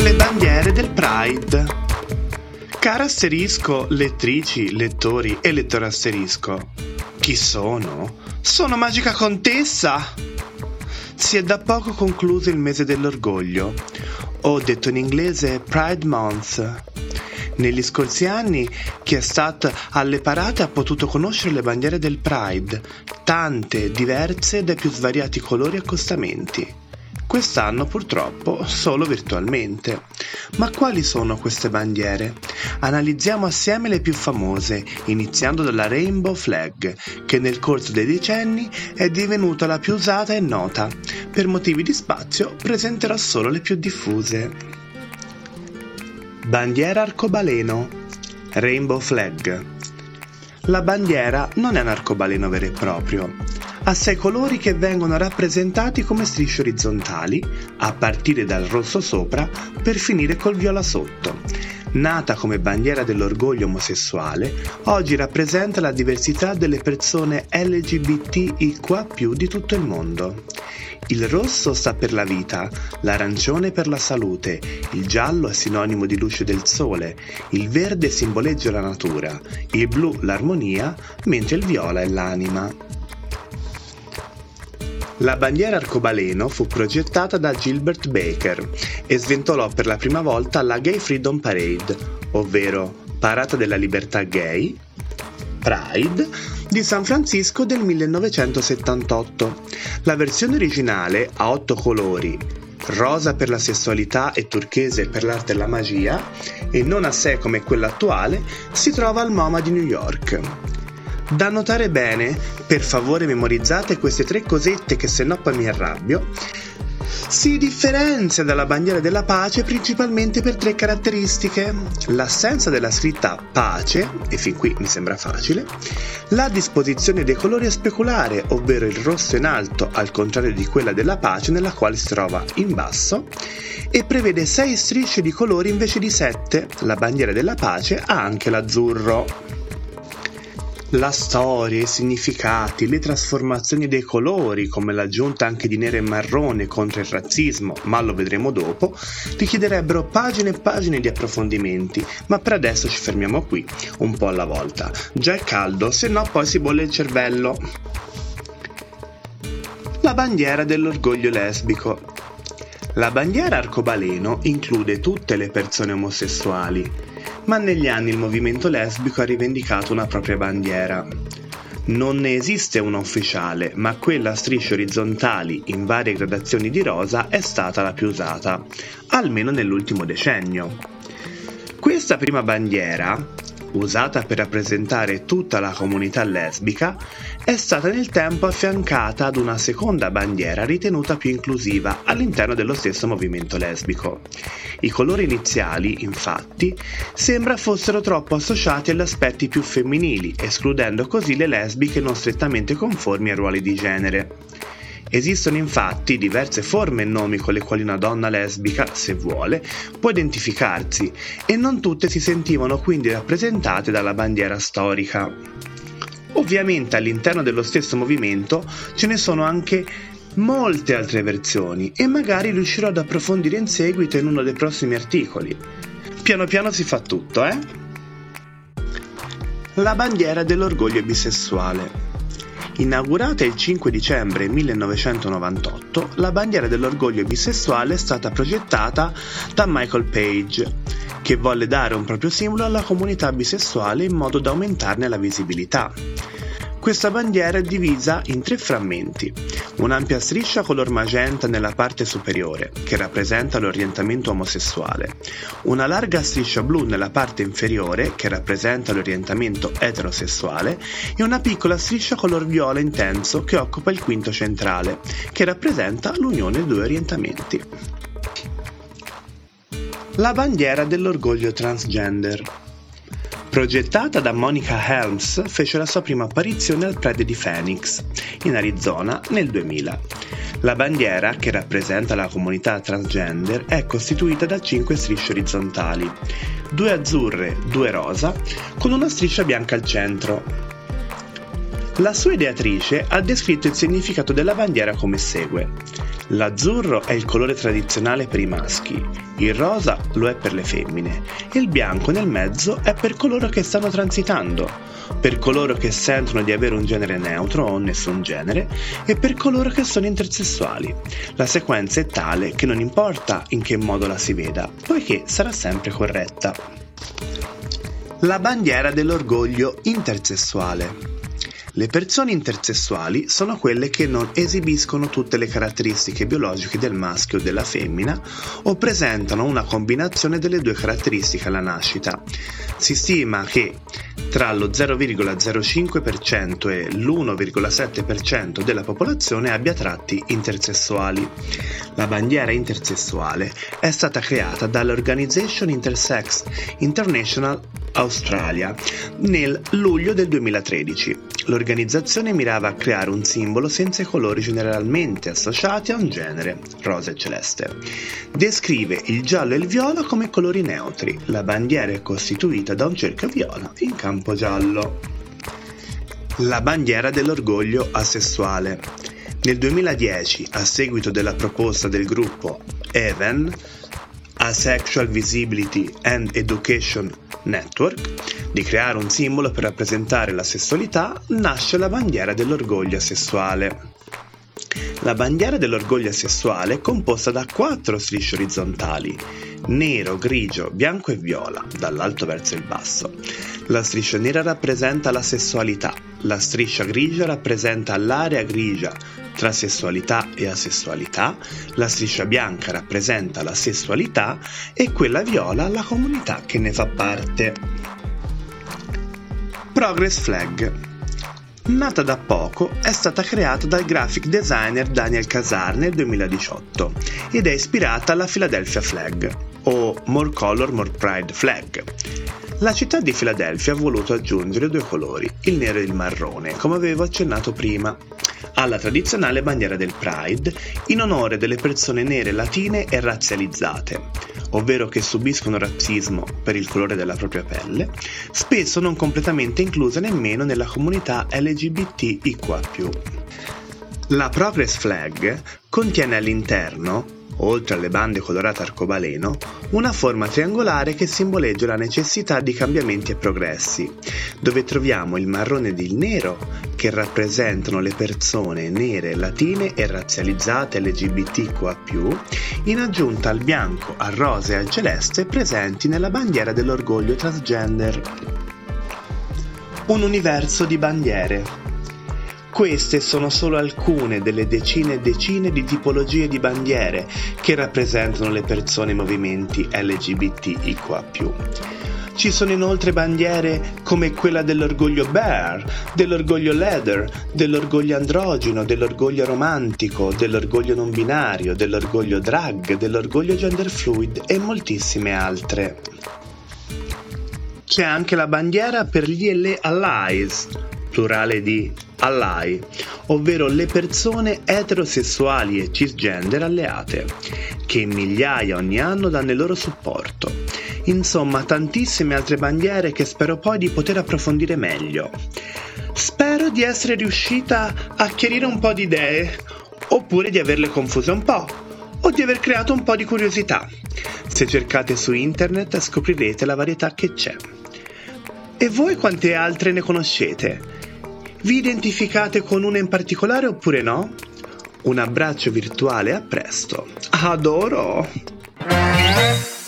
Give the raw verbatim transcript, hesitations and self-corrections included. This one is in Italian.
Le bandiere del Pride. Cara asterisco, lettrici, lettori e lettore asterisco. Chi sono? Sono Magica Contessa! Si è da poco concluso il mese dell'orgoglio, o detto in inglese Pride Month. Negli scorsi anni chi è stato alle parate ha potuto conoscere le bandiere del Pride, tante, diverse, dai più svariati colori e accostamenti. Quest'anno purtroppo solo virtualmente. Ma quali sono queste bandiere? Analizziamo assieme le più famose, iniziando dalla Rainbow Flag, che nel corso dei decenni è divenuta la più usata e nota. Per motivi di spazio presenterò solo le più diffuse. Bandiera arcobaleno, Rainbow Flag. La bandiera non è un arcobaleno vero e proprio. Ha sei colori che vengono rappresentati come strisce orizzontali, a partire dal rosso sopra per finire col viola sotto. Nata come bandiera dell'orgoglio omosessuale, oggi rappresenta la diversità delle persone L G B T I Q A più, di tutto il mondo. Il rosso sta per la vita, l'arancione per la salute, il giallo è sinonimo di luce del sole, il verde simboleggia la natura, il blu l'armonia, mentre il viola è l'anima. La bandiera arcobaleno fu progettata da Gilbert Baker e sventolò per la prima volta la Gay Freedom Parade, ovvero Parata della Libertà Gay, Pride, di San Francisco del millenovecentosettantotto. La versione originale, a otto colori, rosa per la sessualità e turchese per l'arte e la magia, e non a sé come quella attuale, si trova al MoMA di New York. Da notare bene, per favore memorizzate queste tre cosette che se no poi mi arrabbio, si differenzia dalla bandiera della pace principalmente per tre caratteristiche: l'assenza della scritta pace, e fin qui mi sembra facile, la disposizione dei colori è speculare, ovvero il rosso in alto al contrario di quella della pace nella quale si trova in basso, e prevede sei strisce di colori invece di sette. La bandiera della pace ha anche l'azzurro. La storia, i significati, le trasformazioni dei colori, come l'aggiunta anche di nero e marrone contro il razzismo, ma lo vedremo dopo, richiederebbero pagine e pagine di approfondimenti, ma per adesso ci fermiamo qui, un po' alla volta. Già è caldo, se no poi si bolle il cervello. La bandiera dell'orgoglio lesbico. La bandiera arcobaleno include tutte le persone omosessuali, ma negli anni il movimento lesbico ha rivendicato una propria bandiera. Non ne esiste una ufficiale, ma quella a strisce orizzontali in varie gradazioni di rosa è stata la più usata, almeno nell'ultimo decennio. Questa prima bandiera, usata per rappresentare tutta la comunità lesbica, è stata nel tempo affiancata ad una seconda bandiera ritenuta più inclusiva all'interno dello stesso movimento lesbico. I colori iniziali, infatti, sembra fossero troppo associati agli aspetti più femminili, escludendo così le lesbiche non strettamente conformi ai ruoli di genere. Esistono infatti diverse forme e nomi con le quali una donna lesbica, se vuole, può identificarsi, e non tutte si sentivano quindi rappresentate dalla bandiera storica. Ovviamente all'interno dello stesso movimento ce ne sono anche molte altre versioni, e magari riuscirò ad approfondire in seguito in uno dei prossimi articoli. Piano piano si fa tutto, eh? La bandiera dell'orgoglio bisessuale. Inaugurata il cinque dicembre millenovecentonovantotto, la bandiera dell'orgoglio bisessuale è stata progettata da Michael Page, che volle dare un proprio simbolo alla comunità bisessuale in modo da aumentarne la visibilità. Questa bandiera è divisa in tre frammenti: un'ampia striscia color magenta nella parte superiore, che rappresenta l'orientamento omosessuale, una larga striscia blu nella parte inferiore, che rappresenta l'orientamento eterosessuale, e una piccola striscia color viola intenso che occupa il quinto centrale, che rappresenta l'unione dei due orientamenti. La bandiera dell'orgoglio transgender. Progettata da Monica Helms, fece la sua prima apparizione al Pride di Phoenix, in Arizona, nel duemila. La bandiera, che rappresenta la comunità transgender, è costituita da cinque strisce orizzontali, due azzurre, due rosa, con una striscia bianca al centro. La sua ideatrice ha descritto il significato della bandiera come segue. L'azzurro è il colore tradizionale per i maschi, il rosa lo è per le femmine e il bianco nel mezzo è per coloro che stanno transitando, per coloro che sentono di avere un genere neutro o nessun genere e per coloro che sono intersessuali. La sequenza è tale che non importa in che modo la si veda, poiché sarà sempre corretta. La bandiera dell'orgoglio intersessuale. Le persone intersessuali sono quelle che non esibiscono tutte le caratteristiche biologiche del maschio o della femmina o presentano una combinazione delle due caratteristiche alla nascita. Si stima che tra lo zero virgola zero cinque per cento e l'uno virgola sette per cento della popolazione abbia tratti intersessuali. La bandiera intersessuale è stata creata dall'Organization Intersex International Australia nel luglio del duemilatredici. L'organizzazione mirava a creare un simbolo senza i colori generalmente associati a un genere, rosa e celeste. Descrive il giallo e il viola come colori neutri. La bandiera è costituita da un cerchio viola in campo giallo. La bandiera dell'orgoglio asessuale. Nel duemiladieci, a seguito della proposta del gruppo E V E N, Asexual Visibility and Education Network, di creare un simbolo per rappresentare la sessualità, nasce la bandiera dell'orgoglio asessuale. La bandiera dell'orgoglio asessuale è composta da quattro strisce orizzontali, nero, grigio, bianco e viola, dall'alto verso il basso. La striscia nera rappresenta la sessualità, la striscia grigia rappresenta l'area grigia tra sessualità e asessualità, la striscia bianca rappresenta la sessualità e quella viola la comunità che ne fa parte. Progress Flag. Nata da poco, è stata creata dal graphic designer Daniel Casar nel duemiladiciotto ed è ispirata alla Philadelphia Flag, o More Color, More Pride Flag. La città di Filadelfia ha voluto aggiungere due colori, il nero e il marrone, come avevo accennato prima, alla tradizionale bandiera del Pride in onore delle persone nere latine e razzializzate, ovvero che subiscono razzismo per il colore della propria pelle, spesso non completamente incluse nemmeno nella comunità L G B T I Q A più. La Progress Flag contiene all'interno, oltre alle bande colorate arcobaleno, una forma triangolare che simboleggia la necessità di cambiamenti e progressi, dove troviamo il marrone ed il nero che rappresentano le persone nere, latine e razzializzate L G B T Q A più, in aggiunta al bianco, al rosa e al celeste presenti nella bandiera dell'orgoglio transgender. Un universo di bandiere. Queste sono solo alcune delle decine e decine di tipologie di bandiere che rappresentano le persone e movimenti L G B T I Q A più. Ci sono inoltre bandiere come quella dell'orgoglio bear, dell'orgoglio leather, dell'orgoglio androgino, dell'orgoglio romantico, dell'orgoglio non binario, dell'orgoglio drag, dell'orgoglio gender fluid e moltissime altre. C'è anche la bandiera per gli L Allies, plurale di ally, ovvero le persone eterosessuali e cisgender alleate, che migliaia ogni anno danno il loro supporto. Insomma, tantissime altre bandiere che spero poi di poter approfondire meglio. Spero di essere riuscita a chiarire un po' di idee, oppure di averle confuse un po', o di aver creato un po' di curiosità. Se cercate su internet scoprirete la varietà che c'è. E voi quante altre ne conoscete? Vi identificate con una in particolare oppure no? Un abbraccio virtuale, a presto. Adoro!